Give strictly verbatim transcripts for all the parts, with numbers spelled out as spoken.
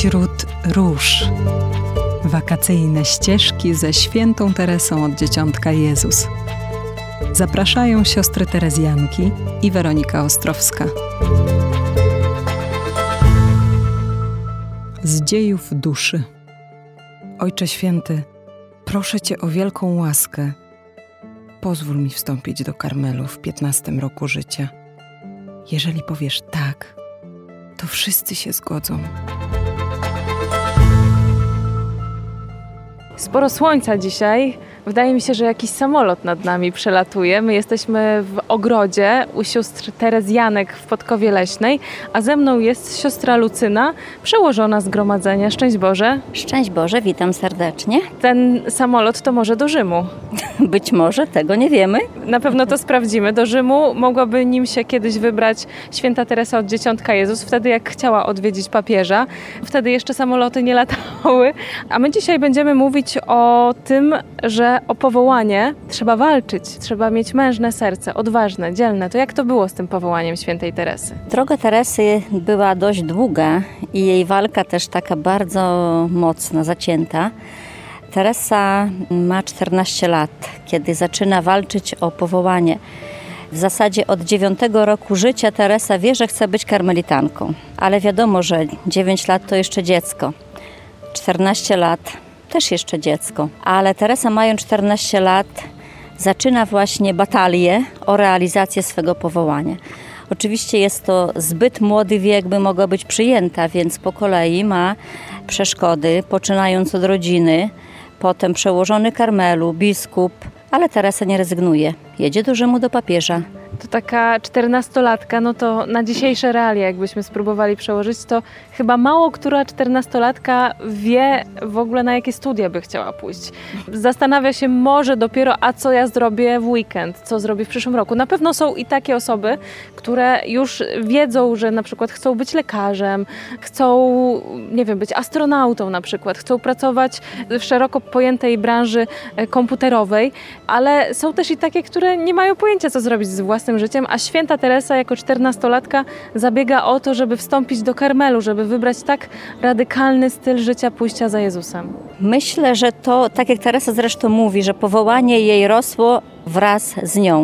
Wśród róż. Wakacyjne ścieżki ze świętą Teresą od Dzieciątka Jezus. Zapraszają siostry Terezjanki i Weronika Ostrowska. Z dziejów duszy. Ojcze Święty, proszę Cię o wielką łaskę. Pozwól mi wstąpić do Karmelu w piętnastym roku życia. Jeżeli powiesz tak, to wszyscy się zgodzą. Sporo słońca dzisiaj. Wydaje mi się, że jakiś samolot nad nami przelatuje. My jesteśmy w ogrodzie u sióstr Terezjanek w Podkowie Leśnej, a ze mną jest siostra Lucyna, przełożona zgromadzenia. Szczęść Boże. Szczęść Boże, witam serdecznie. Ten samolot to może do Rzymu. Być może, tego nie wiemy. Na pewno to sprawdzimy. Do Rzymu mogłaby nim się kiedyś wybrać święta Teresa od Dzieciątka Jezus, wtedy jak chciała odwiedzić papieża. Wtedy jeszcze samoloty nie latały. A my dzisiaj będziemy mówić o tym, że o powołanie trzeba walczyć, trzeba mieć mężne serce, odważne, dzielne. To jak to było z tym powołaniem świętej Teresy? Droga Teresy była dość długa i jej walka też taka bardzo mocna, zacięta. Teresa ma czternaście lat, kiedy zaczyna walczyć o powołanie. W zasadzie od dziewiątego roku życia Teresa wie, że chce być karmelitanką. Ale wiadomo, że dziewięć lat to jeszcze dziecko. czternaście lat też jeszcze dziecko. Ale Teresa, mając czternaście lat, zaczyna właśnie batalię o realizację swego powołania. Oczywiście jest to zbyt młody wiek, by mogła być przyjęta, więc po kolei ma przeszkody, poczynając od rodziny, potem przełożony Karmelu, biskup, ale Teresa nie rezygnuje. Jedzie do Rzymu do papieża. To taka czternastolatka, no to na dzisiejsze realia, jakbyśmy spróbowali przełożyć, to chyba mało która czternastolatka wie w ogóle, na jakie studia by chciała pójść. Zastanawia się może dopiero, a co ja zrobię w weekend, co zrobię w przyszłym roku. Na pewno są i takie osoby, które już wiedzą, że na przykład chcą być lekarzem, chcą, nie wiem, być astronautą na przykład, chcą pracować w szeroko pojętej branży komputerowej, ale są też i takie, które nie mają pojęcia, co zrobić z własnym życiem, a święta Teresa jako czternastolatka zabiega o to, żeby wstąpić do Karmelu, żeby wybrać tak radykalny styl życia pójścia za Jezusem. Myślę, że to, tak jak Teresa zresztą mówi, że powołanie jej rosło wraz z nią.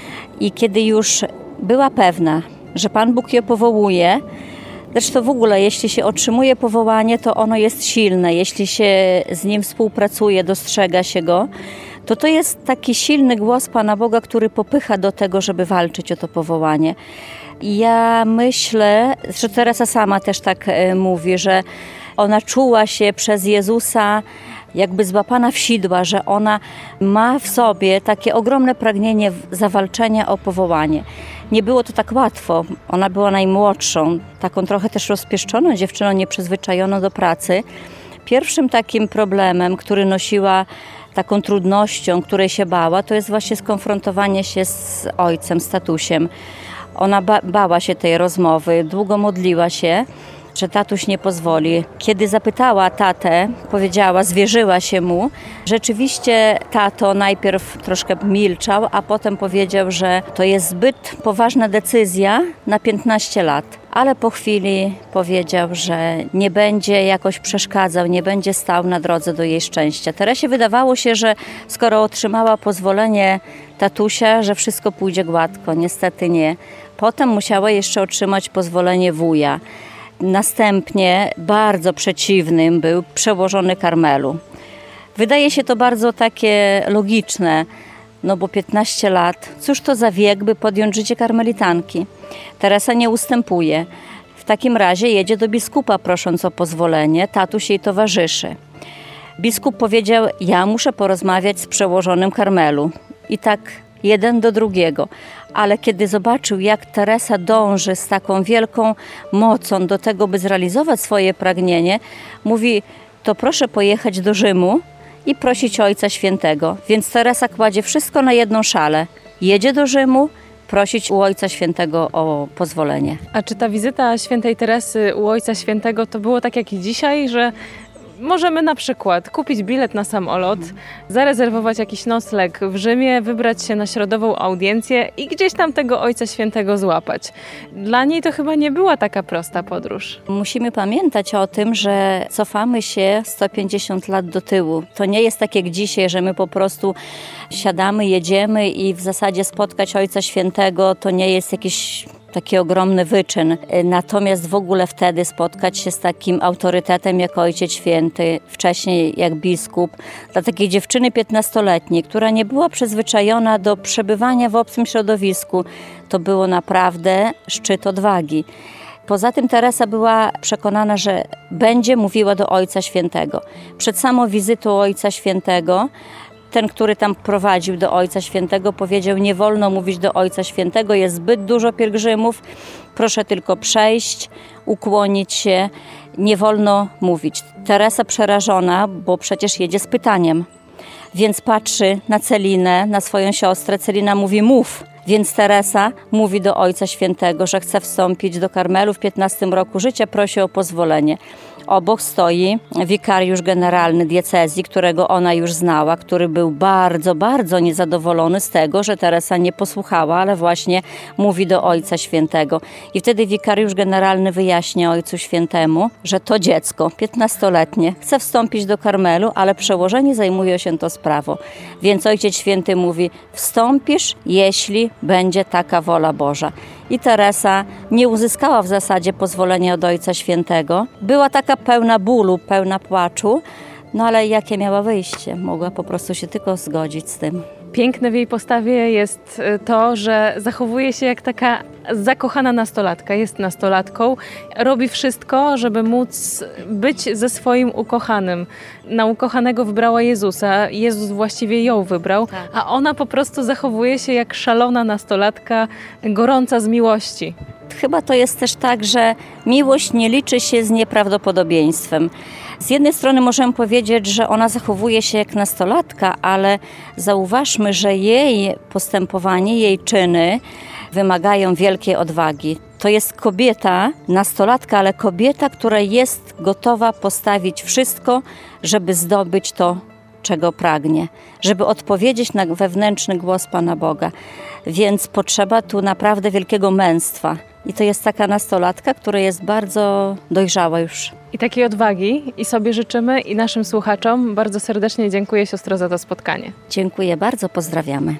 I kiedy już była pewna, że Pan Bóg ją powołuje, zresztą w ogóle jeśli się otrzymuje powołanie, to ono jest silne. Jeśli się z nim współpracuje, dostrzega się go, to to jest taki silny głos Pana Boga, który popycha do tego, żeby walczyć o to powołanie. I ja myślę, że Teresa sama też tak mówi, że ona czuła się przez Jezusa jakby złapana w sidła, że ona ma w sobie takie ogromne pragnienie zawalczenia o powołanie. Nie było to tak łatwo. Ona była najmłodszą, taką trochę też rozpieszczoną dziewczyną, nieprzyzwyczajoną do pracy. Pierwszym takim problemem, który nosiła, taką trudnością, której się bała, to jest właśnie skonfrontowanie się z ojcem, z tatusiem. Ona ba- bała się tej rozmowy, długo modliła się, że tatuś nie pozwoli. Kiedy zapytała tatę, powiedziała, zwierzyła się mu. Rzeczywiście tato najpierw troszkę milczał, a potem powiedział, że to jest zbyt poważna decyzja na piętnaście lat. Ale po chwili powiedział, że nie będzie jakoś przeszkadzał, nie będzie stał na drodze do jej szczęścia. Teresie wydawało się, że skoro otrzymała pozwolenie tatusia, że wszystko pójdzie gładko. Niestety nie. Potem musiała jeszcze otrzymać pozwolenie wuja. Następnie bardzo przeciwnym był przełożony Karmelu. Wydaje się to bardzo takie logiczne, no bo piętnaście lat, cóż to za wiek, by podjąć życie karmelitanki. Teresa nie ustępuje. W takim razie jedzie do biskupa, prosząc o pozwolenie, tatuś jej towarzyszy. Biskup powiedział, ja muszę porozmawiać z przełożonym Karmelu. I tak jeden do drugiego. Ale kiedy zobaczył, jak Teresa dąży z taką wielką mocą do tego, by zrealizować swoje pragnienie, mówi, to proszę pojechać do Rzymu i prosić Ojca Świętego. Więc Teresa kładzie wszystko na jedną szalę. Jedzie do Rzymu, prosić u Ojca Świętego o pozwolenie. A czy ta wizyta świętej Teresy u Ojca Świętego to było tak jak i dzisiaj, że Możemy na przykład kupić bilet na samolot, zarezerwować jakiś nocleg w Rzymie, wybrać się na środową audiencję i gdzieś tam tego Ojca Świętego złapać. Dla niej to chyba nie była taka prosta podróż. Musimy pamiętać o tym, że cofamy się sto pięćdziesiąt lat do tyłu. To nie jest tak jak dzisiaj, że my po prostu siadamy, jedziemy i w zasadzie spotkać Ojca Świętego to nie jest jakiś taki ogromny wyczyn. Natomiast w ogóle wtedy spotkać się z takim autorytetem jak Ojciec Święty, wcześniej jak biskup, dla takiej dziewczyny piętnastoletniej, która nie była przyzwyczajona do przebywania w obcym środowisku, to było naprawdę szczyt odwagi. Poza tym Teresa była przekonana, że będzie mówiła do Ojca Świętego. Przed samą wizytą Ojca Świętego ten, który tam prowadził do Ojca Świętego, powiedział: nie wolno mówić do Ojca Świętego, jest zbyt dużo pielgrzymów, proszę tylko przejść, ukłonić się, nie wolno mówić. Teresa przerażona, bo przecież jedzie z pytaniem, więc patrzy na Celinę, na swoją siostrę. Celina mówi: mów. Więc Teresa mówi do Ojca Świętego, że chce wstąpić do Karmelu w piętnastym roku życia, prosi o pozwolenie. Obok stoi wikariusz generalny diecezji, którego ona już znała, który był bardzo, bardzo niezadowolony z tego, że Teresa nie posłuchała, ale właśnie mówi do Ojca Świętego. I wtedy wikariusz generalny wyjaśnia Ojcu Świętemu, że to dziecko piętnastoletnie chce wstąpić do Karmelu, ale przełożeni zajmuje się to sprawą. Więc Ojciec Święty mówi: wstąpisz, jeśli będzie taka wola Boża. I Teresa nie uzyskała w zasadzie pozwolenia od Ojca Świętego. Była taka pełna bólu, pełna płaczu, no ale jakie miała wyjście? Mogła po prostu się tylko zgodzić z tym. Piękne w jej postawie jest to, że zachowuje się jak taka zakochana nastolatka. Jest nastolatką, robi wszystko, żeby móc być ze swoim ukochanym. Na ukochanego wybrała Jezusa, Jezus właściwie ją wybrał, tak. A ona po prostu zachowuje się jak szalona nastolatka, gorąca z miłości. Chyba to jest też tak, że miłość nie liczy się z nieprawdopodobieństwem. Z jednej strony możemy powiedzieć, że ona zachowuje się jak nastolatka, ale zauważmy, że jej postępowanie, jej czyny wymagają wielkiej odwagi. To jest kobieta, nastolatka, ale kobieta, która jest gotowa postawić wszystko, żeby zdobyć to, czego pragnie, żeby odpowiedzieć na wewnętrzny głos Pana Boga. Więc potrzeba tu naprawdę wielkiego męstwa. I to jest taka nastolatka, która jest bardzo dojrzała już. I takiej odwagi i sobie życzymy, i naszym słuchaczom. Bardzo serdecznie dziękuję, siostro, za to spotkanie. Dziękuję bardzo, pozdrawiamy.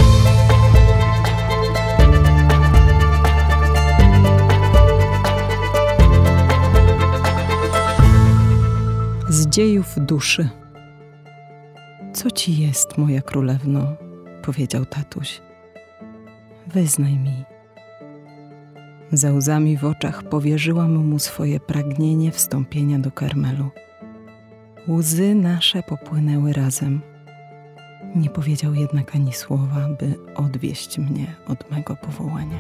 Z dziejów duszy. Co ci jest, moja królewno? Powiedział tatuś. Wyznaj mi. Ze łzami w oczach powierzyłam mu swoje pragnienie wstąpienia do Karmelu. Łzy nasze popłynęły razem. Nie powiedział jednak ani słowa, by odwieść mnie od mego powołania.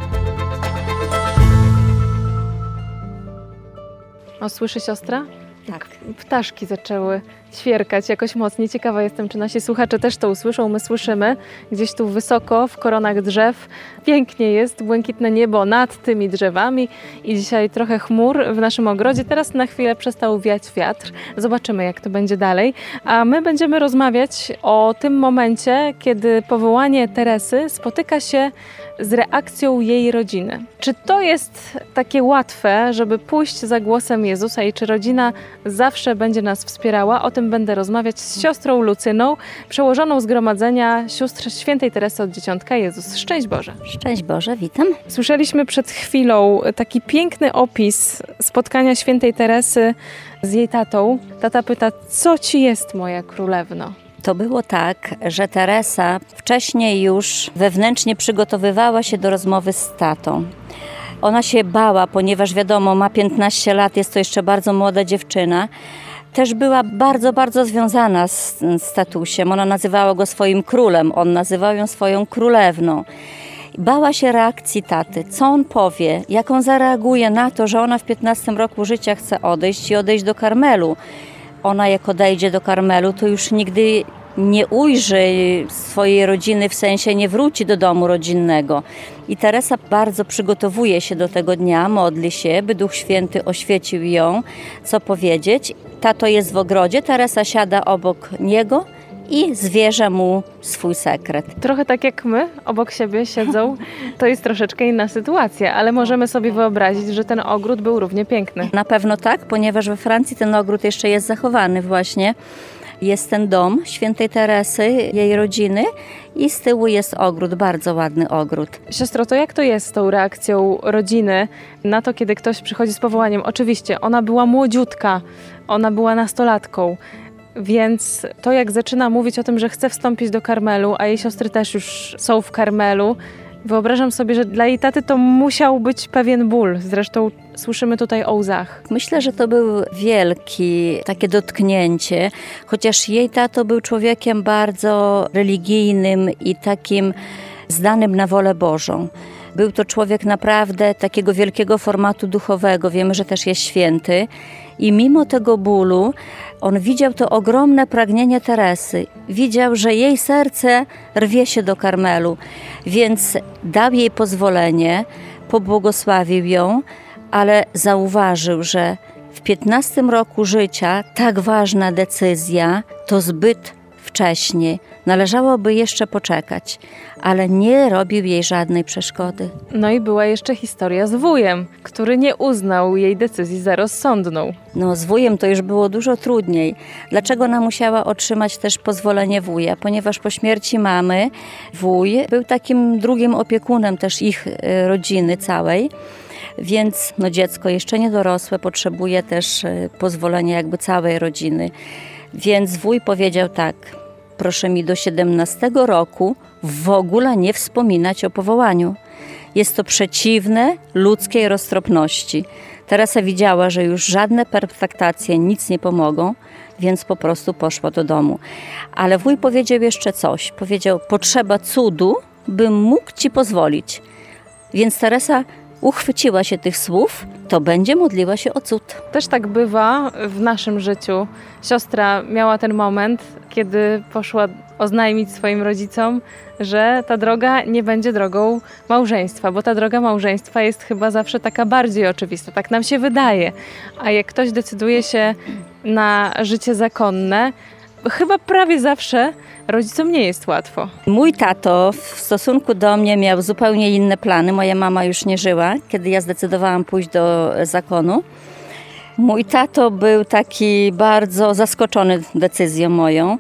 O, słyszy siostra? Tak. Ptaszki zaczęły ćwierkać jakoś mocniej. Ciekawa jestem, czy nasi słuchacze też to usłyszą. My słyszymy gdzieś tu wysoko, w koronach drzew. Pięknie jest, błękitne niebo nad tymi drzewami i dzisiaj trochę chmur w naszym ogrodzie. Teraz na chwilę przestał wiać wiatr. Zobaczymy, jak to będzie dalej. A my będziemy rozmawiać o tym momencie, kiedy powołanie Teresy spotyka się z reakcją jej rodziny. Czy to jest takie łatwe, żeby pójść za głosem Jezusa i czy rodzina zawsze będzie nas wspierała? O tym będę rozmawiać z siostrą Lucyną, przełożoną Zgromadzenia Sióstr Świętej Teresy od Dzieciątka Jezus. Szczęść Boże. Szczęść Boże, witam. Słyszeliśmy przed chwilą taki piękny opis spotkania Świętej Teresy z jej tatą. Tata pyta: co ci jest, moja królewno? To było tak, że Teresa wcześniej już wewnętrznie przygotowywała się do rozmowy z tatą. Ona się bała, ponieważ wiadomo, ma piętnaście lat, jest to jeszcze bardzo młoda dziewczyna. Też była bardzo, bardzo związana z, z tatusiem. Ona nazywała go swoim królem, on nazywał ją swoją królewną. Bała się reakcji taty, co on powie, jak on zareaguje na to, że ona w piętnastym roku życia chce odejść i odejść do Karmelu. Ona jak odejdzie do Karmelu, to już nigdy nie ujrzy swojej rodziny, w sensie nie wróci do domu rodzinnego. I Teresa bardzo przygotowuje się do tego dnia, modli się, by Duch Święty oświecił ją, co powiedzieć. Tato jest w ogrodzie, Teresa siada obok niego i zwierza mu swój sekret. Trochę tak jak my, obok siebie siedzą, to jest troszeczkę inna sytuacja, ale możemy sobie wyobrazić, że ten ogród był równie piękny. Na pewno tak, ponieważ we Francji ten ogród jeszcze jest zachowany właśnie. Jest ten dom świętej Teresy, jej rodziny i z tyłu jest ogród, bardzo ładny ogród. Siostro, to jak to jest z tą reakcją rodziny na to, kiedy ktoś przychodzi z powołaniem? Oczywiście, ona była młodziutka, ona była nastolatką, więc to jak zaczyna mówić o tym, że chce wstąpić do Karmelu, a jej siostry też już są w Karmelu, wyobrażam sobie, że dla jej taty to musiał być pewien ból. Zresztą słyszymy tutaj o łzach. Myślę, że to był wielki takie dotknięcie, chociaż jej tato był człowiekiem bardzo religijnym i takim zdanym na wolę Bożą. Był to człowiek naprawdę takiego wielkiego formatu duchowego. Wiemy, że też jest święty. I mimo tego bólu on widział to ogromne pragnienie Teresy. Widział, że jej serce rwie się do Karmelu, więc dał jej pozwolenie, pobłogosławił ją, ale zauważył, że w piętnastym roku życia tak ważna decyzja to zbyt wcześnie. Należałoby jeszcze poczekać, ale nie robił jej żadnej przeszkody. No i była jeszcze historia z wujem, który nie uznał jej decyzji za rozsądną. No z wujem to już było dużo trudniej. Dlaczego ona musiała otrzymać też pozwolenie wuja? Ponieważ po śmierci mamy wuj był takim drugim opiekunem też ich rodziny całej. Więc no, dziecko jeszcze niedorosłe potrzebuje też pozwolenia jakby całej rodziny. Więc wuj powiedział tak: proszę mi do siedemnastego roku w ogóle nie wspominać o powołaniu. Jest to przeciwne ludzkiej roztropności. Teresa widziała, że już żadne pertraktacje nic nie pomogą, więc po prostu poszła do domu. Ale wuj powiedział jeszcze coś. Powiedział: potrzeba cudu, bym mógł ci pozwolić. Więc Teresa uchwyciła się tych słów, to będzie modliła się o cud. Też tak bywa w naszym życiu. Siostra miała ten moment, kiedy poszła oznajmić swoim rodzicom, że ta droga nie będzie drogą małżeństwa, bo ta droga małżeństwa jest chyba zawsze taka bardziej oczywista, tak nam się wydaje. A jak ktoś decyduje się na życie zakonne, chyba prawie zawsze rodzicom nie jest łatwo. Mój tato w stosunku do mnie miał zupełnie inne plany. Moja mama już nie żyła, kiedy ja zdecydowałam pójść do zakonu. Mój tato był taki bardzo zaskoczony decyzją moją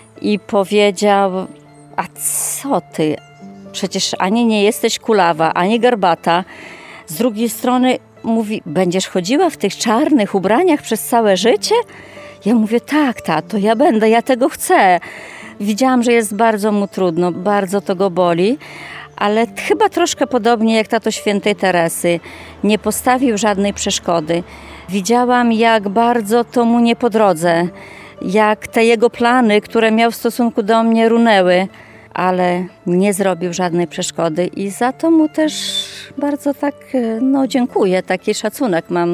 i powiedział: a co ty? Przecież ani nie jesteś kulawa, ani garbata. Z drugiej strony mówi: będziesz chodziła w tych czarnych ubraniach przez całe życie? Ja mówię: tak, tato, ja będę, ja tego chcę. Widziałam, że jest bardzo mu trudno, bardzo to go boli, ale chyba troszkę podobnie jak tato świętej Teresy. Nie postawił żadnej przeszkody. Widziałam, jak bardzo to mu nie po drodze, jak te jego plany, które miał w stosunku do mnie, runęły, ale nie zrobił żadnej przeszkody i za to mu też bardzo tak, no dziękuję, taki szacunek mam,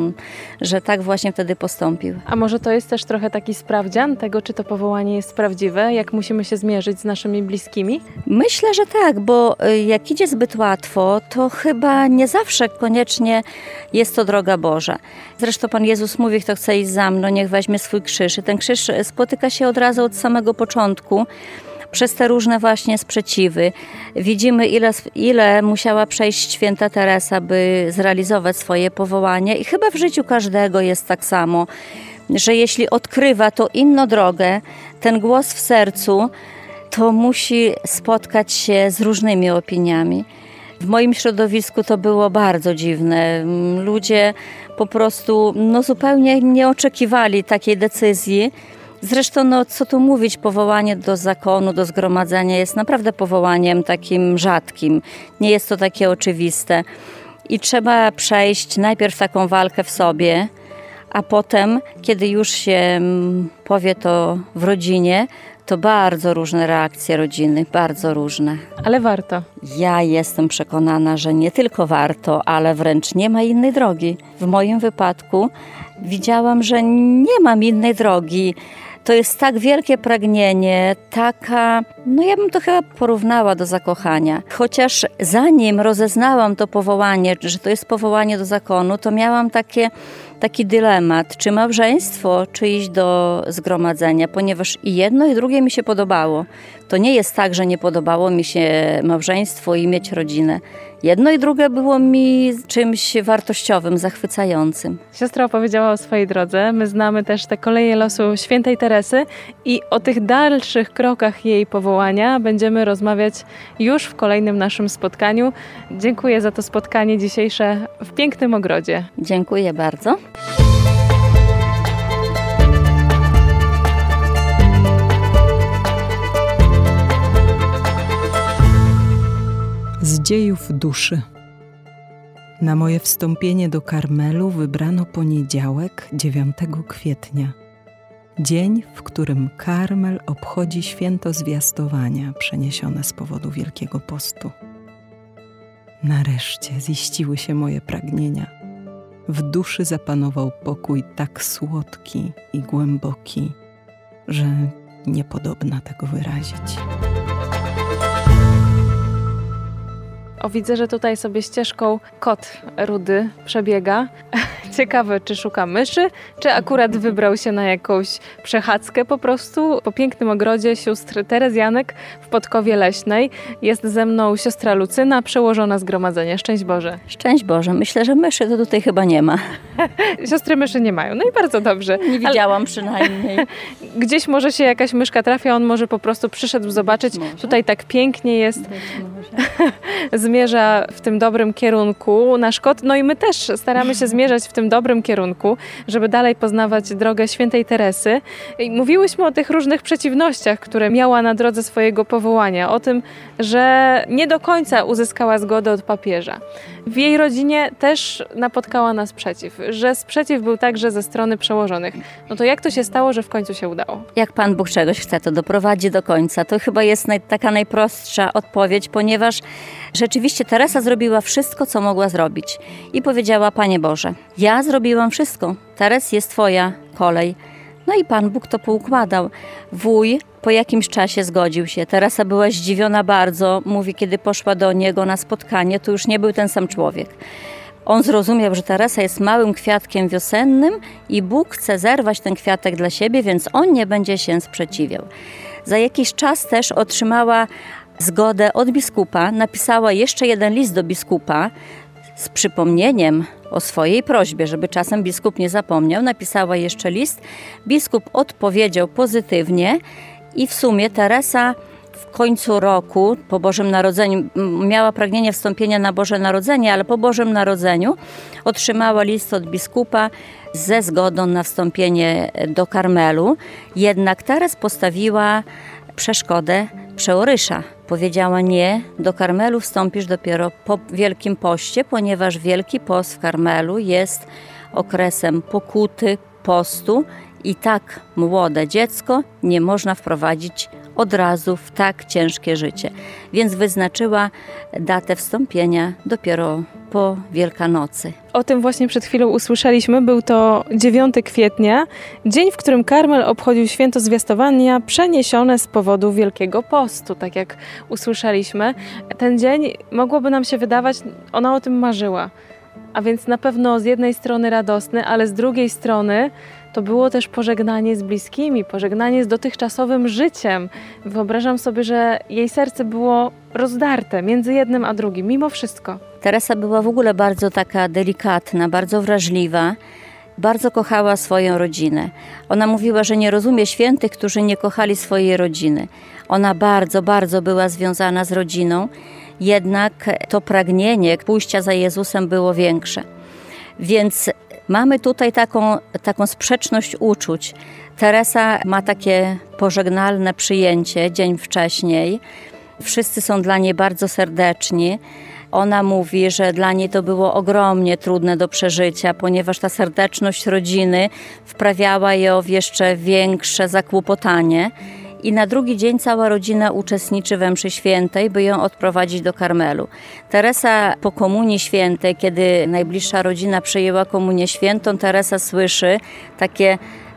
że tak właśnie wtedy postąpił. A może to jest też trochę taki sprawdzian tego, czy to powołanie jest prawdziwe, jak musimy się zmierzyć z naszymi bliskimi? Myślę, że tak, bo jak idzie zbyt łatwo, to chyba nie zawsze koniecznie jest to droga Boża. Zresztą Pan Jezus mówi: kto chce iść za mną, niech weźmie swój krzyż. I ten krzyż spotyka się od razu od samego początku, przez te różne właśnie sprzeciwy. Widzimy, ile, ile musiała przejść święta Teresa, by zrealizować swoje powołanie i chyba w życiu każdego jest tak samo, że jeśli odkrywa to inną drogę, ten głos w sercu, to musi spotkać się z różnymi opiniami. W moim środowisku to było bardzo dziwne. Ludzie po prostu no, zupełnie nie oczekiwali takiej decyzji. Zresztą, no co tu mówić, powołanie do zakonu, do zgromadzenia jest naprawdę powołaniem takim rzadkim. Nie jest to takie oczywiste. I trzeba przejść najpierw taką walkę w sobie, a potem, kiedy już się powie to w rodzinie, to bardzo różne reakcje rodziny, bardzo różne. Ale warto. Ja jestem przekonana, że nie tylko warto, ale wręcz nie ma innej drogi. W moim wypadku widziałam, że nie mam innej drogi. To jest tak wielkie pragnienie, taka, no ja bym to chyba porównała do zakochania. Chociaż zanim rozeznałam to powołanie, że to jest powołanie do zakonu, to miałam takie, taki dylemat, czy małżeństwo, czy iść do zgromadzenia, ponieważ i jedno, i drugie mi się podobało. To nie jest tak, że nie podobało mi się małżeństwo i mieć rodzinę. Jedno i drugie było mi czymś wartościowym, zachwycającym. Siostra opowiedziała o swojej drodze. My znamy też te koleje losu świętej Teresy i o tych dalszych krokach jej powołania będziemy rozmawiać już w kolejnym naszym spotkaniu. Dziękuję za to spotkanie dzisiejsze w pięknym ogrodzie. Dziękuję bardzo. Z dziejów duszy. Na moje wstąpienie do Karmelu wybrano poniedziałek, dziewiątego kwietnia. Dzień, w którym Karmel obchodzi święto zwiastowania przeniesione z powodu Wielkiego Postu. Nareszcie ziściły się moje pragnienia. W duszy zapanował pokój tak słodki i głęboki, że niepodobna tego wyrazić. O, widzę, że tutaj sobie ścieżką kot rudy przebiega. Ciekawe, czy szuka myszy, czy akurat wybrał się na jakąś przechadzkę po prostu. Po pięknym ogrodzie sióstr Terezjanek w Podkowie Leśnej. Jest ze mną siostra Lucyna, przełożona zgromadzenia. Szczęść Boże. Szczęść Boże. Myślę, że myszy to tutaj chyba nie ma. Siostry myszy nie mają. No i bardzo dobrze. Nie widziałam ale... przynajmniej. Gdzieś może się jakaś myszka trafia, on może po prostu przyszedł zobaczyć. Może? Tutaj tak pięknie jest. Zmierza w tym dobrym kierunku nasz kot. No i my też staramy się zmierzać w tym dobrym kierunku, żeby dalej poznawać drogę świętej Teresy. I mówiłyśmy o tych różnych przeciwnościach, które miała na drodze swojego powołania. O tym, że nie do końca uzyskała zgodę od papieża. W jej rodzinie też napotkała nas sprzeciw, że sprzeciw był także ze strony przełożonych. No to jak to się stało, że w końcu się udało? Jak Pan Bóg czegoś chce, to doprowadzi do końca. To chyba jest naj, taka najprostsza odpowiedź, ponieważ rzeczywiście Teresa zrobiła wszystko, co mogła zrobić. I powiedziała: Panie Boże, ja zrobiłam wszystko. Teraz jest Twoja kolej. No i Pan Bóg to poukładał. Wuj po jakimś czasie zgodził się. Teresa była zdziwiona bardzo. Mówi, kiedy poszła do niego na spotkanie, to już nie był ten sam człowiek. On zrozumiał, że Teresa jest małym kwiatkiem wiosennym i Bóg chce zerwać ten kwiatek dla siebie, więc on nie będzie się sprzeciwiał. Za jakiś czas też otrzymała zgodę od biskupa. Napisała jeszcze jeden list do biskupa z przypomnieniem o swojej prośbie, żeby czasem biskup nie zapomniał. Napisała jeszcze list. Biskup odpowiedział pozytywnie i w sumie Teresa w końcu roku, po Bożym Narodzeniu, miała pragnienie wstąpienia na Boże Narodzenie, ale po Bożym Narodzeniu otrzymała list od biskupa ze zgodą na wstąpienie do Karmelu. Jednak teraz postawiła przeszkodę przeorysza. Powiedziała: nie, do Karmelu wstąpisz dopiero po Wielkim Poście, ponieważ Wielki Post w Karmelu jest okresem pokuty, postu i tak młode dziecko nie można wprowadzić od razu w tak ciężkie życie. Więc wyznaczyła datę wstąpienia dopiero po Wielkanocy. O tym właśnie przed chwilą usłyszeliśmy. Był to dziewiątego kwietnia, dzień, w którym Karmel obchodził święto zwiastowania przeniesione z powodu Wielkiego Postu, tak jak usłyszeliśmy. Ten dzień, mogłoby nam się wydawać, ona o tym marzyła. A więc na pewno z jednej strony radosny, ale z drugiej strony to było też pożegnanie z bliskimi, pożegnanie z dotychczasowym życiem. Wyobrażam sobie, że jej serce było rozdarte między jednym a drugim, mimo wszystko. Teresa była w ogóle bardzo taka delikatna, bardzo wrażliwa. Bardzo kochała swoją rodzinę. Ona mówiła, że nie rozumie świętych, którzy nie kochali swojej rodziny. Ona bardzo, bardzo była związana z rodziną, jednak to pragnienie pójścia za Jezusem było większe. Więc mamy tutaj taką, taką sprzeczność uczuć. Teresa ma takie pożegnalne przyjęcie dzień wcześniej. Wszyscy są dla niej bardzo serdeczni. Ona mówi, że dla niej to było ogromnie trudne do przeżycia, ponieważ ta serdeczność rodziny wprawiała ją w jeszcze większe zakłopotanie. I na drugi dzień cała rodzina uczestniczy we mszy świętej, by ją odprowadzić do Karmelu. Teresa po komunii świętej, kiedy najbliższa rodzina przyjęła komunię świętą, Teresa słyszy takie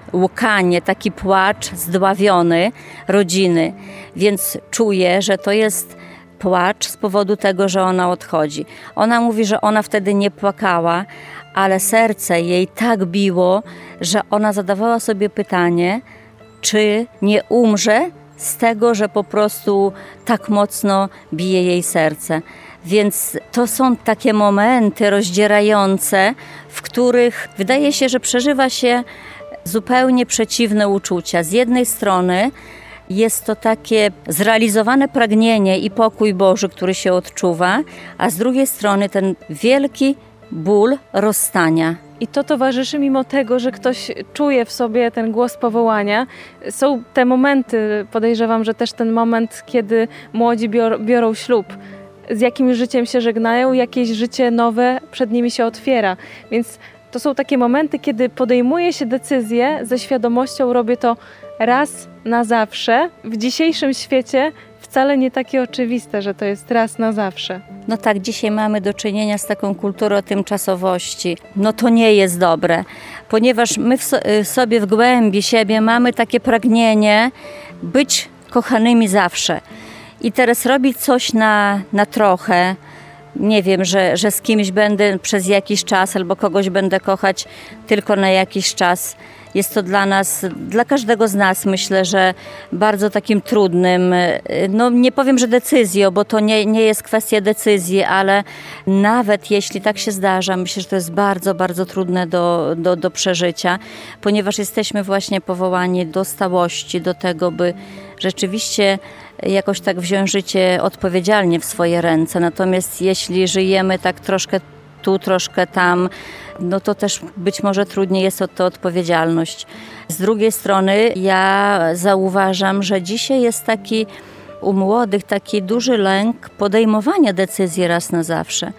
łkanie, taki płacz zdławiony rodziny, więc czuję, że to jest płacz z powodu tego, że ona odchodzi. Ona mówi, że ona wtedy nie płakała, ale serce jej tak biło, że ona zadawała sobie pytanie, czy nie umrze z tego, że po prostu tak mocno bije jej serce. Więc to są takie momenty rozdzierające, w których wydaje się, że przeżywa się zupełnie przeciwne uczucia. Z jednej strony jest to takie zrealizowane pragnienie i pokój Boży, który się odczuwa, a z drugiej strony ten wielki ból rozstania. I to towarzyszy mimo tego, że ktoś czuje w sobie ten głos powołania. Są te momenty, podejrzewam, że też ten moment, kiedy młodzi bior, biorą ślub, z jakim życiem się żegnają, jakieś życie nowe przed nimi się otwiera. Więc to są takie momenty, kiedy podejmuje się decyzję ze świadomością, robię to raz na zawsze. W dzisiejszym świecie wcale nie takie oczywiste, że to jest raz na zawsze. No tak, dzisiaj mamy do czynienia z taką kulturą tymczasowości. No to nie jest dobre, ponieważ my w so, sobie w głębi siebie mamy takie pragnienie być kochanymi zawsze. I teraz robić coś na, na trochę, nie wiem, że, że z kimś będę przez jakiś czas albo kogoś będę kochać tylko na jakiś czas. Jest to dla nas, dla każdego z nas, myślę, że bardzo takim trudnym, no nie powiem, że decyzją, bo to nie, nie jest kwestia decyzji, ale nawet jeśli tak się zdarza, myślę, że to jest bardzo, bardzo trudne do, do, do przeżycia, ponieważ jesteśmy właśnie powołani do stałości, do tego, by rzeczywiście jakoś tak wziąć życie odpowiedzialnie w swoje ręce. Natomiast jeśli żyjemy tak troszkę tu, troszkę tam, no to też być może trudniej jest o to odpowiedzialność. Z drugiej strony ja zauważam, że dzisiaj jest taki u młodych taki duży lęk podejmowania decyzji raz na zawsze.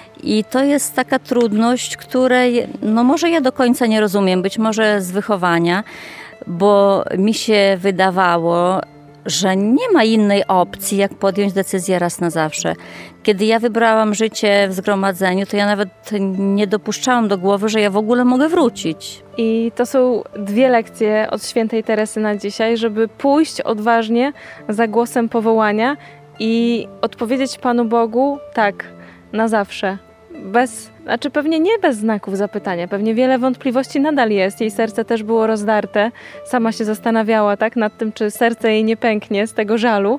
I to jest taka trudność, której no może ja do końca nie rozumiem, być może z wychowania, bo mi się wydawało, że nie ma innej opcji, jak podjąć decyzję raz na zawsze. Kiedy ja wybrałam życie w zgromadzeniu, to ja nawet nie dopuszczałam do głowy, że ja w ogóle mogę wrócić. I to są dwie lekcje od świętej Teresy na dzisiaj, żeby pójść odważnie za głosem powołania i odpowiedzieć Panu Bogu tak, na zawsze. Bez, znaczy pewnie nie bez znaków zapytania, pewnie wiele wątpliwości nadal jest. Jej serce też było rozdarte. Sama się zastanawiała tak nad tym, czy serce jej nie pęknie z tego żalu,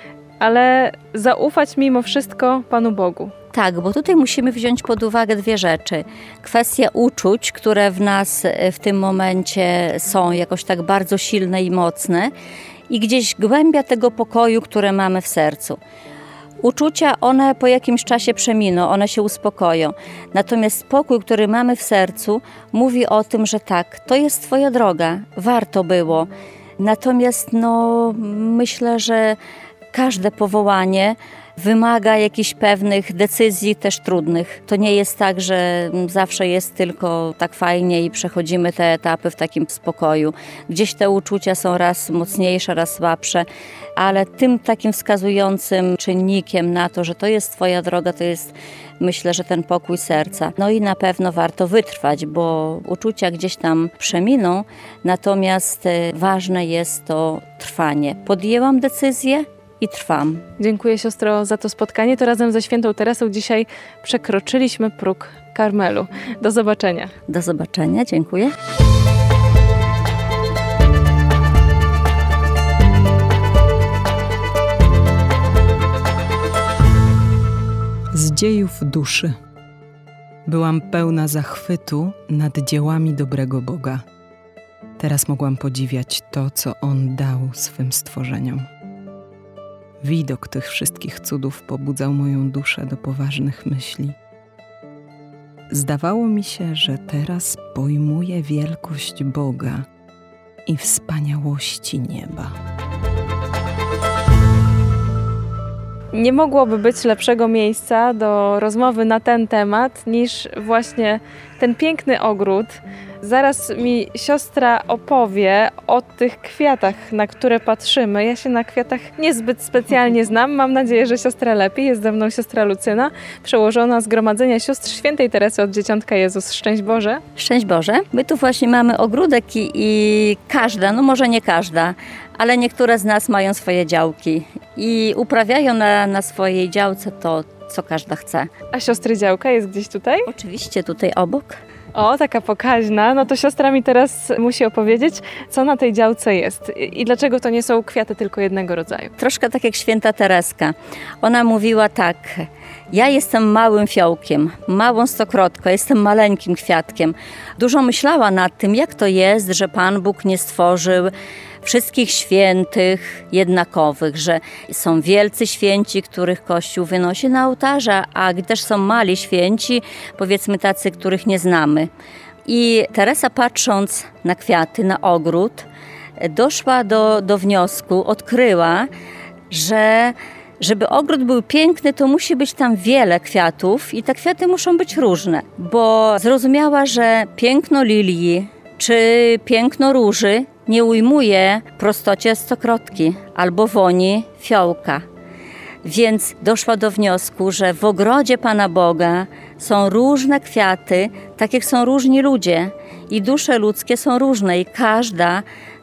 ale zaufać mimo wszystko Panu Bogu. Tak, bo tutaj musimy wziąć pod uwagę dwie rzeczy. Kwestia uczuć, które w nas w tym momencie są jakoś tak bardzo silne i mocne i gdzieś głębia tego pokoju, które mamy w sercu. Uczucia, one po jakimś czasie przeminą, one się uspokoją. Natomiast spokój, który mamy w sercu, mówi o tym, że tak, to jest Twoja droga, warto było. Natomiast no, myślę, że każde powołanie wymaga jakichś pewnych decyzji, też trudnych. To nie jest tak, że zawsze jest tylko tak fajnie i przechodzimy te etapy w takim spokoju. Gdzieś te uczucia są raz mocniejsze, raz słabsze, ale tym takim wskazującym czynnikiem na to, że to jest Twoja droga, to jest, myślę, że ten pokój serca. No i na pewno warto wytrwać, bo uczucia gdzieś tam przeminą, natomiast ważne jest to trwanie. Podjęłam decyzję i trwam. Dziękuję siostro za to spotkanie. To razem ze świętą Teresą dzisiaj przekroczyliśmy próg Karmelu. Do zobaczenia. Do zobaczenia, dziękuję. Z dziejów duszy. Byłam pełna zachwytu nad dziełami dobrego Boga. Teraz mogłam podziwiać to, co On dał swym stworzeniom. Widok tych wszystkich cudów pobudzał moją duszę do poważnych myśli. Zdawało mi się, że teraz pojmuję wielkość Boga i wspaniałości nieba. Nie mogłoby być lepszego miejsca do rozmowy na ten temat niż właśnie ten piękny ogród. Zaraz mi siostra opowie o tych kwiatach, na które patrzymy. Ja się na kwiatach niezbyt specjalnie znam. Mam nadzieję, że siostra lepiej. Jest ze mną siostra Lucyna, przełożona Zgromadzenia Sióstr Świętej Teresy od Dzieciątka Jezus. Szczęść Boże. Szczęść Boże. My tu właśnie mamy ogródek i, i każda, no może nie każda, ale niektóre z nas mają swoje działki i uprawiają na, na swojej działce to, co każda chce. A siostry działka jest gdzieś tutaj? Oczywiście tutaj obok. O, taka pokaźna. No to siostra mi teraz musi opowiedzieć, co na tej działce jest i dlaczego to nie są kwiaty tylko jednego rodzaju. Troszkę tak jak święta Tereska. Ona mówiła tak: ja jestem małym fiołkiem, małą stokrotką, jestem maleńkim kwiatkiem. Dużo myślała nad tym, jak to jest, że Pan Bóg nie stworzył wszystkich świętych jednakowych, że są wielcy święci, których Kościół wynosi na ołtarza, a też są mali święci, powiedzmy tacy, których nie znamy. I Teresa, patrząc na kwiaty, na ogród, doszła do, do wniosku, odkryła, że żeby ogród był piękny, to musi być tam wiele kwiatów i te kwiaty muszą być różne, bo zrozumiała, że piękno lilii czy piękno róży nie ujmuje prostocie stokrotki albo woni fiołka. Więc doszła do wniosku, że w ogrodzie Pana Boga są różne kwiaty, tak jak są różni ludzie i dusze ludzkie są różne i każda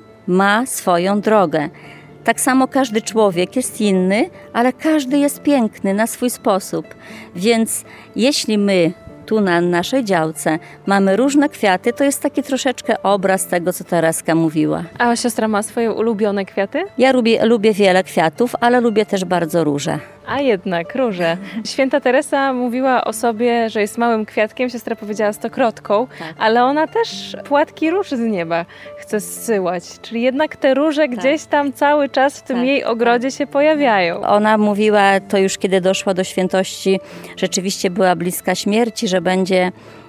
ma swoją drogę. Tak samo każdy człowiek jest inny, ale każdy jest piękny na swój sposób. Więc jeśli my tu na naszej działce mamy różne kwiaty, to jest taki troszeczkę obraz tego, co Tereska mówiła. A siostra ma swoje ulubione kwiaty? Ja lubię, lubię wiele kwiatów, ale lubię też bardzo róże. A jednak, róże. Święta Teresa mówiła o sobie, że jest małym kwiatkiem, siostra powiedziała stokrotką, tak. Ale ona też płatki róż z nieba chce zsyłać. Czyli jednak te róże tak. gdzieś tam cały czas w tym tak, jej ogrodzie tak. się pojawiają. Ona mówiła to już, kiedy doszła do świętości, rzeczywiście była bliska śmierci, że będzie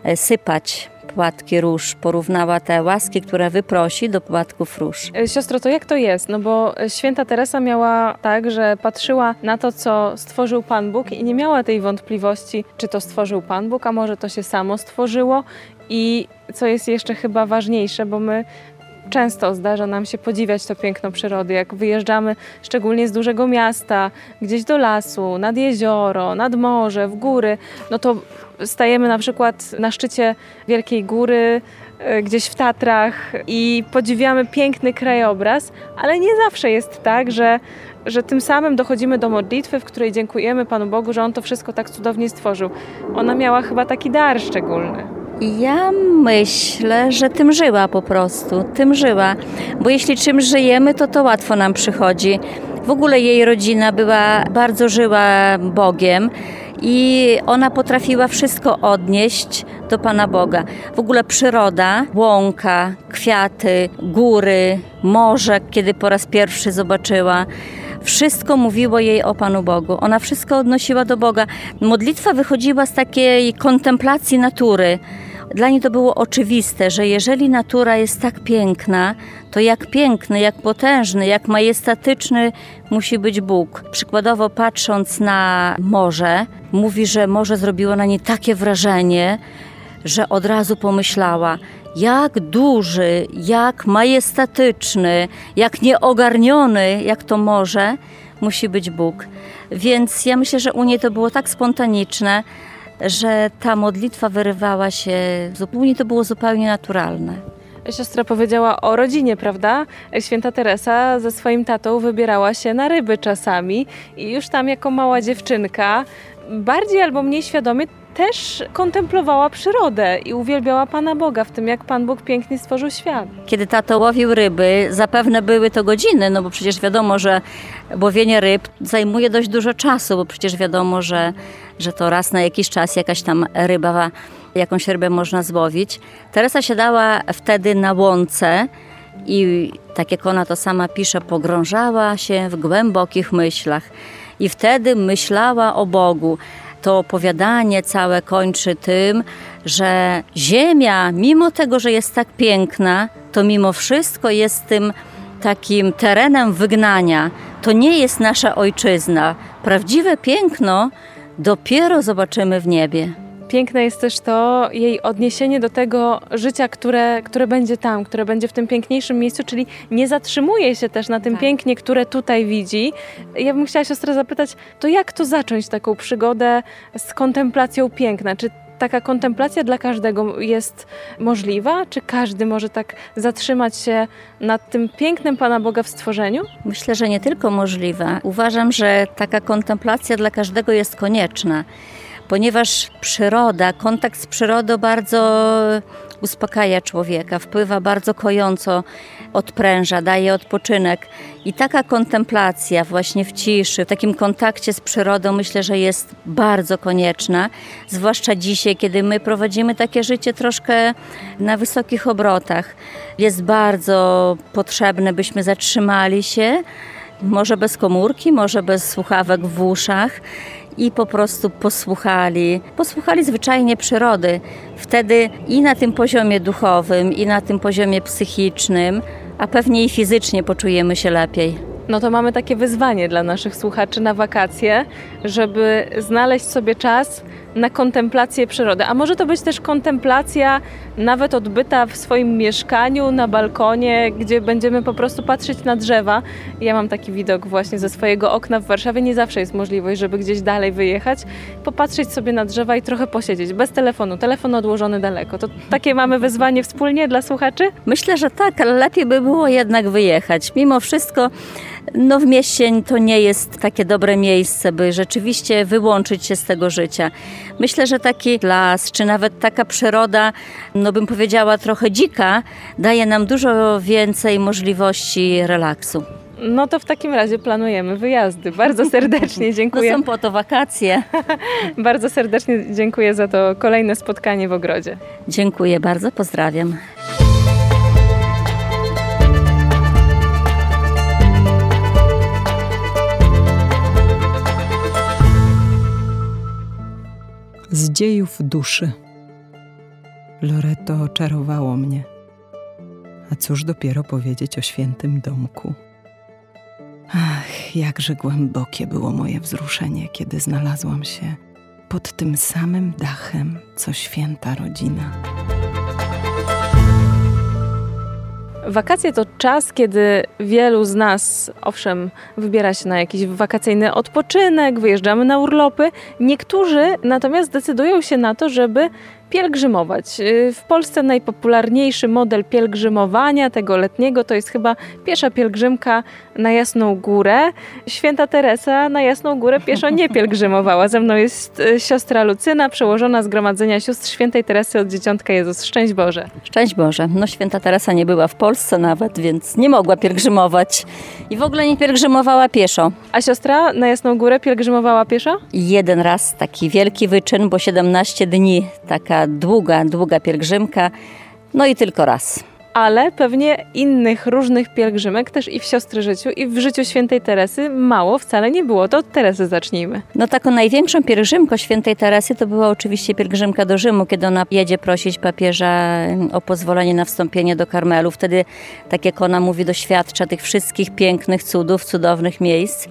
sypać płatki róż. Porównała te łaski, które wyprosi, do płatków róż. Siostro, to jak to jest? No bo święta Teresa miała tak, że patrzyła na to, co stworzył Pan Bóg i nie miała tej wątpliwości, czy to stworzył Pan Bóg, a może to się samo stworzyło. I co jest jeszcze chyba ważniejsze, bo my często zdarza nam się podziwiać to piękno przyrody, jak wyjeżdżamy szczególnie z dużego miasta, gdzieś do lasu, nad jezioro, nad morze, w góry, no to stajemy na przykład na szczycie wielkiej góry, gdzieś w Tatrach i podziwiamy piękny krajobraz, ale nie zawsze jest tak, że, że tym samym dochodzimy do modlitwy, w której dziękujemy Panu Bogu, że On to wszystko tak cudownie stworzył. Ona miała chyba taki dar szczególny. Ja myślę, że tym żyła po prostu, tym żyła, bo jeśli czym żyjemy, to to łatwo nam przychodzi. W ogóle jej rodzina była, bardzo żyła Bogiem i ona potrafiła wszystko odnieść do Pana Boga. W ogóle przyroda, łąka, kwiaty, góry, morze, kiedy po raz pierwszy zobaczyła, wszystko mówiło jej o Panu Bogu. Ona wszystko odnosiła do Boga. Modlitwa wychodziła z takiej kontemplacji natury. Dla niej to było oczywiste, że jeżeli natura jest tak piękna, to jak piękny, jak potężny, jak majestatyczny musi być Bóg. Przykładowo patrząc na morze, mówi, że morze zrobiło na niej takie wrażenie, że od razu pomyślała, jak duży, jak majestatyczny, jak nieogarniony, jak to morze, musi być Bóg. Więc ja myślę, że u niej to było tak spontaniczne, że ta modlitwa wyrywała się, u niej to było zupełnie naturalne. Siostra powiedziała o rodzinie, prawda? Święta Teresa ze swoim tatą wybierała się na ryby czasami i już tam jako mała dziewczynka, bardziej albo mniej świadomie, też kontemplowała przyrodę i uwielbiała Pana Boga w tym, jak Pan Bóg pięknie stworzył świat. Kiedy tato łowił ryby, zapewne były to godziny, no bo przecież wiadomo, że łowienie ryb zajmuje dość dużo czasu, bo przecież wiadomo, że, że to raz na jakiś czas jakaś tam ryba, jakąś rybę można złowić. Teresa siadała wtedy na łące i tak jak ona to sama pisze, pogrążała się w głębokich myślach i wtedy myślała o Bogu. To opowiadanie całe kończy tym, że ziemia, mimo tego, że jest tak piękna, to mimo wszystko jest tym takim terenem wygnania. to nie jest nasza ojczyzna. Prawdziwe piękno dopiero zobaczymy w niebie. Piękne jest też to jej odniesienie do tego życia, które, które będzie tam, które będzie w tym piękniejszym miejscu, czyli nie zatrzymuje się też na tym tak. pięknie, które tutaj widzi. Ja bym chciała siostrę zapytać, to jak to zacząć taką przygodę z kontemplacją piękna? Czy taka kontemplacja dla każdego jest możliwa? Czy każdy może tak zatrzymać się nad tym pięknem Pana Boga w stworzeniu? Myślę, że nie tylko możliwa. Uważam, że taka kontemplacja dla każdego jest konieczna, ponieważ przyroda, kontakt z przyrodą bardzo uspokaja człowieka, wpływa bardzo kojąco, odpręża, daje odpoczynek. I taka kontemplacja właśnie w ciszy, w takim kontakcie z przyrodą myślę, że jest bardzo konieczna, zwłaszcza dzisiaj, kiedy my prowadzimy takie życie troszkę na wysokich obrotach. Jest bardzo potrzebne, byśmy zatrzymali się, może bez komórki, może bez słuchawek w uszach, i po prostu posłuchali, posłuchali zwyczajnie przyrody. Wtedy i na tym poziomie duchowym, i na tym poziomie psychicznym, a pewnie i fizycznie poczujemy się lepiej. No to mamy takie wyzwanie dla naszych słuchaczy na wakacje, żeby znaleźć sobie czas na kontemplację przyrody. A może to być też kontemplacja nawet odbyta w swoim mieszkaniu, na balkonie, gdzie będziemy po prostu patrzeć na drzewa. Ja mam taki widok właśnie ze swojego okna w Warszawie. Nie zawsze jest możliwość, żeby gdzieś dalej wyjechać, popatrzeć sobie na drzewa i trochę posiedzieć. Bez telefonu, telefon odłożony daleko. To takie mamy wyzwanie wspólnie dla słuchaczy? Myślę, że tak, ale lepiej by było jednak wyjechać. Mimo wszystko no w mieście to nie jest takie dobre miejsce, by rzeczywiście wyłączyć się z tego życia. Myślę, że taki las, czy nawet taka przyroda, no bym powiedziała trochę dzika, daje nam dużo więcej możliwości relaksu. No to w takim razie planujemy wyjazdy. Bardzo serdecznie dziękuję. No są po to wakacje. Bardzo serdecznie dziękuję za to kolejne spotkanie w ogrodzie. Dziękuję bardzo, pozdrawiam. Z dziejów duszy. Loreto oczarowało mnie. A cóż dopiero powiedzieć o świętym domku. Ach, jakże głębokie było moje wzruszenie, kiedy znalazłam się pod tym samym dachem, co święta rodzina. Wakacje to czas, kiedy wielu z nas, owszem, wybiera się na jakiś wakacyjny odpoczynek, wyjeżdżamy na urlopy. Niektórzy natomiast decydują się na to, żeby pielgrzymować. W Polsce najpopularniejszy model pielgrzymowania tego letniego to jest chyba piesza pielgrzymka na Jasną Górę. Święta Teresa na Jasną Górę pieszo nie pielgrzymowała. Ze mną jest siostra Lucyna, przełożona Zgromadzenia Sióstr Świętej Teresy od Dzieciątka Jezus. Szczęść Boże. Szczęść Boże. No święta Teresa nie była w Polsce nawet, więc nie mogła pielgrzymować. I w ogóle nie pielgrzymowała pieszo. A siostra na Jasną Górę pielgrzymowała pieszo? Jeden raz taki wielki wyczyn, bo siedemnaście dni, taka długa, długa pielgrzymka, no i tylko raz. Ale pewnie innych różnych pielgrzymek też i w siostry życiu, i w życiu świętej Teresy mało wcale nie było. To od Teresy zacznijmy. No taką największą pielgrzymką świętej Teresy to była oczywiście pielgrzymka do Rzymu, kiedy ona jedzie prosić papieża o pozwolenie na wstąpienie do Karmelu. Wtedy, tak jak ona mówi, doświadcza tych wszystkich pięknych cudów, cudownych miejsc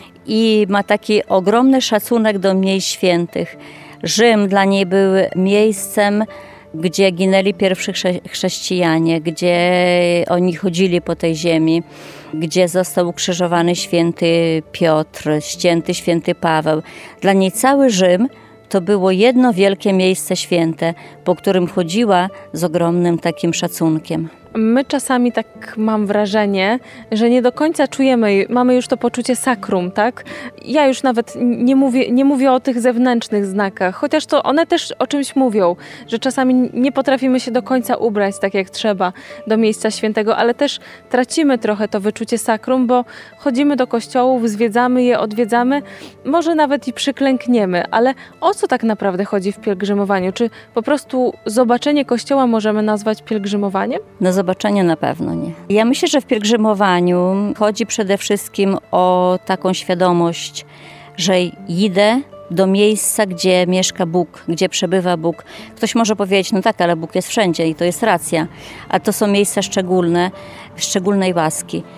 i ma taki ogromny szacunek do miejsc świętych. Rzym dla niej był miejscem, gdzie ginęli pierwsi chrześcijanie, gdzie oni chodzili po tej ziemi, gdzie został ukrzyżowany święty Piotr, ścięty święty Paweł. Dla niej cały Rzym to było jedno wielkie miejsce święte, po którym chodziła z ogromnym takim szacunkiem. My czasami tak mam wrażenie, że nie do końca czujemy, mamy już to poczucie sakrum, tak? Ja już nawet nie mówię, nie mówię o tych zewnętrznych znakach, chociaż to one też o czymś mówią, że czasami nie potrafimy się do końca ubrać tak jak trzeba do miejsca świętego, ale też tracimy trochę to wyczucie sakrum, bo chodzimy do kościołów, zwiedzamy je, odwiedzamy, może nawet i przyklękniemy, ale o co tak naprawdę chodzi w pielgrzymowaniu? Czy po prostu zobaczenie kościoła możemy nazwać pielgrzymowaniem? No zobaczenia na pewno nie. Ja myślę, że w pielgrzymowaniu chodzi przede wszystkim o taką świadomość, że idę do miejsca, gdzie mieszka Bóg, gdzie przebywa Bóg. Ktoś może powiedzieć, no tak, ale Bóg jest wszędzie i to jest racja. A to są miejsca szczególne, szczególnej łaski.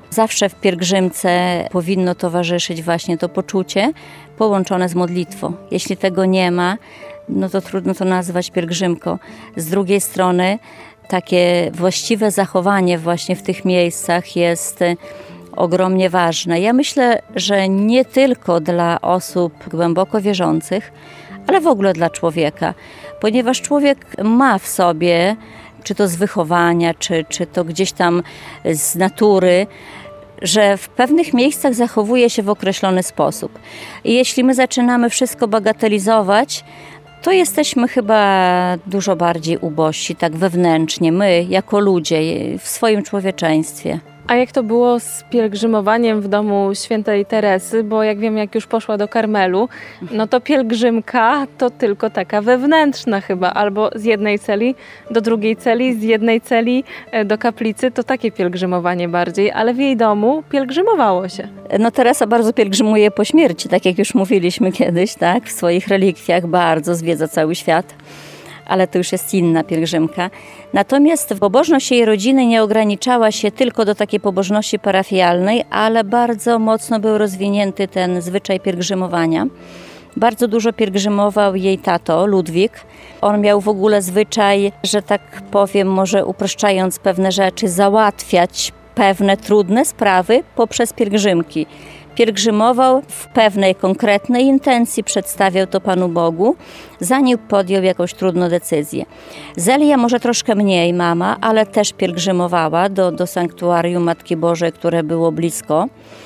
Zawsze w pielgrzymce powinno towarzyszyć właśnie to poczucie połączone z modlitwą. Jeśli tego nie ma, no to trudno to nazwać pielgrzymką. Z drugiej strony takie właściwe zachowanie właśnie w tych miejscach jest ogromnie ważne. Ja myślę, że nie tylko dla osób głęboko wierzących, ale w ogóle dla człowieka, ponieważ człowiek ma w sobie, czy to z wychowania, czy, czy to gdzieś tam z natury, że w pewnych miejscach zachowuje się w określony sposób. I jeśli my zaczynamy wszystko bagatelizować, to jesteśmy chyba dużo bardziej ubożsi, tak wewnętrznie, my jako ludzie w swoim człowieczeństwie. A jak to było z pielgrzymowaniem w domu świętej Teresy? Bo jak wiem, jak już poszła do Karmelu, no to pielgrzymka to tylko taka wewnętrzna chyba, albo z jednej celi do drugiej celi, z jednej celi do kaplicy, to takie pielgrzymowanie bardziej, ale w jej domu pielgrzymowało się. No Teresa bardzo pielgrzymuje po śmierci, tak jak już mówiliśmy kiedyś, tak? W swoich relikwiach bardzo zwiedza cały świat. Ale to już jest inna pielgrzymka. Natomiast pobożność jej rodziny nie ograniczała się tylko do takiej pobożności parafialnej, ale bardzo mocno był rozwinięty ten zwyczaj pielgrzymowania. Bardzo dużo pielgrzymował jej tato, Ludwik. On miał w ogóle zwyczaj, że tak powiem, może upraszczając pewne rzeczy, załatwiać pewne trudne sprawy poprzez pielgrzymki. Pielgrzymował w pewnej konkretnej intencji, przedstawiał to Panu Bogu, zanim podjął jakąś trudną decyzję. Zelia może troszkę mniej, mama, ale też pielgrzymowała do, do sanktuarium Matki Bożej, które było blisko.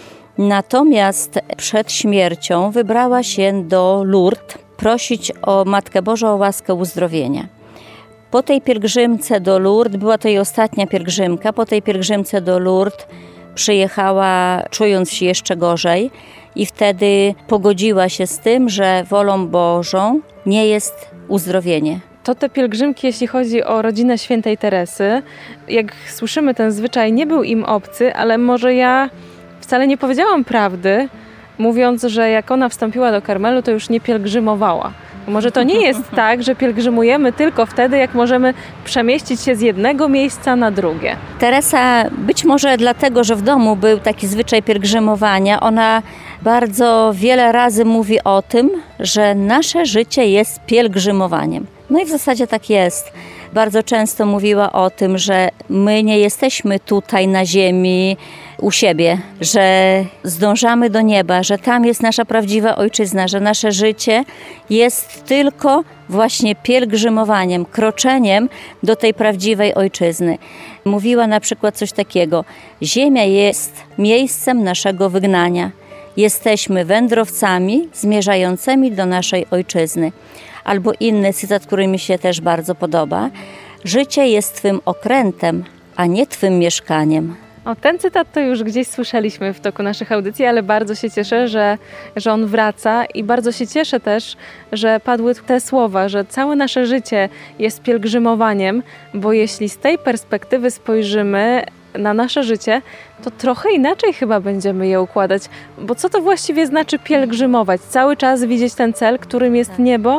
Natomiast przed śmiercią wybrała się do Lourdes prosić o Matkę Bożą o łaskę uzdrowienia. Po tej pielgrzymce do Lourdes, była to jej ostatnia pielgrzymka, po tej pielgrzymce do Lourdes przyjechała czując się jeszcze gorzej i wtedy pogodziła się z tym, że wolą Bożą nie jest uzdrowienie. To te pielgrzymki, jeśli chodzi o rodzinę świętej Teresy, jak słyszymy, ten zwyczaj nie był im obcy, ale może ja wcale nie powiedziałam prawdy, mówiąc, że jak ona wstąpiła do Karmelu, to już nie pielgrzymowała. Może to nie jest tak, że pielgrzymujemy tylko wtedy, jak możemy przemieścić się z jednego miejsca na drugie. Teresa, być może dlatego, że w domu był taki zwyczaj pielgrzymowania, ona bardzo wiele razy mówi o tym, że nasze życie jest pielgrzymowaniem. No i w zasadzie tak jest. Bardzo często mówiła o tym, że my nie jesteśmy tutaj na ziemi u siebie, że zdążamy do nieba, że tam jest nasza prawdziwa ojczyzna, że nasze życie jest tylko właśnie pielgrzymowaniem, kroczeniem do tej prawdziwej ojczyzny. Mówiła na przykład coś takiego: ziemia jest miejscem naszego wygnania. Jesteśmy wędrowcami zmierzającymi do naszej ojczyzny. Albo inny cytat, który mi się też bardzo podoba: życie jest twym okrętem, a nie twym mieszkaniem. O, ten cytat to już gdzieś słyszeliśmy w toku naszych audycji, ale bardzo się cieszę, że, że on wraca i bardzo się cieszę też, że padły te słowa, że całe nasze życie jest pielgrzymowaniem, bo jeśli z tej perspektywy spojrzymy na nasze życie, to trochę inaczej chyba będziemy je układać. Bo co to właściwie znaczy pielgrzymować? Cały czas widzieć ten cel, którym jest niebo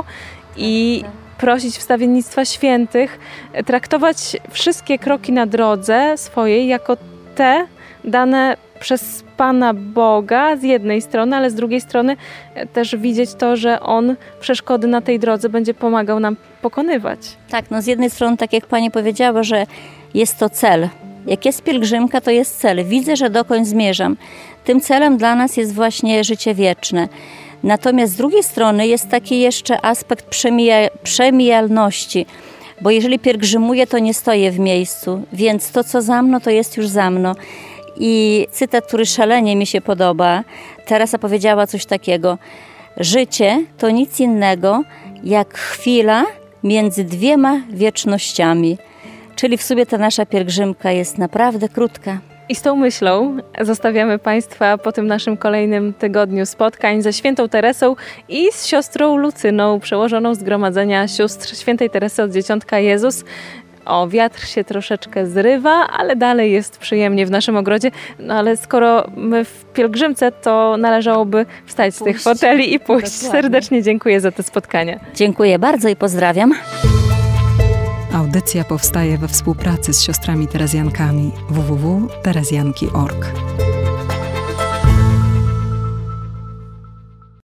i prosić wstawiennictwa świętych, traktować wszystkie kroki na drodze swojej jako te dane przez Pana Boga z jednej strony, ale z drugiej strony też widzieć to, że On przeszkody na tej drodze będzie pomagał nam pokonywać. Tak, no z jednej strony, tak jak Pani powiedziała, że jest to cel. Jak jest pielgrzymka, to jest cel. Widzę, że dokąd zmierzam. Tym celem dla nas jest właśnie życie wieczne. Natomiast z drugiej strony jest taki jeszcze aspekt przemija, przemijalności. Bo jeżeli pielgrzymuję, to nie stoję w miejscu. Więc to, co za mną, to jest już za mną. I cytat, który szalenie mi się podoba. Teresa powiedziała coś takiego: życie to nic innego jak chwila między dwiema wiecznościami. Czyli w sumie ta nasza pielgrzymka jest naprawdę krótka. I z tą myślą zostawiamy Państwa po tym naszym kolejnym tygodniu spotkań ze świętą Teresą i z siostrą Lucyną, przełożoną Zgromadzenia Sióstr Świętej Teresy od Dzieciątka Jezus. O, wiatr się troszeczkę zrywa, ale dalej jest przyjemnie w naszym ogrodzie. No ale skoro my w pielgrzymce, to należałoby wstać z pójść. tych foteli i pójść. Dokładnie. Serdecznie dziękuję za to spotkanie. Dziękuję bardzo i pozdrawiam. Audycja powstaje we współpracy z siostrami Terezjankami w w w kropka terezjanki kropka org.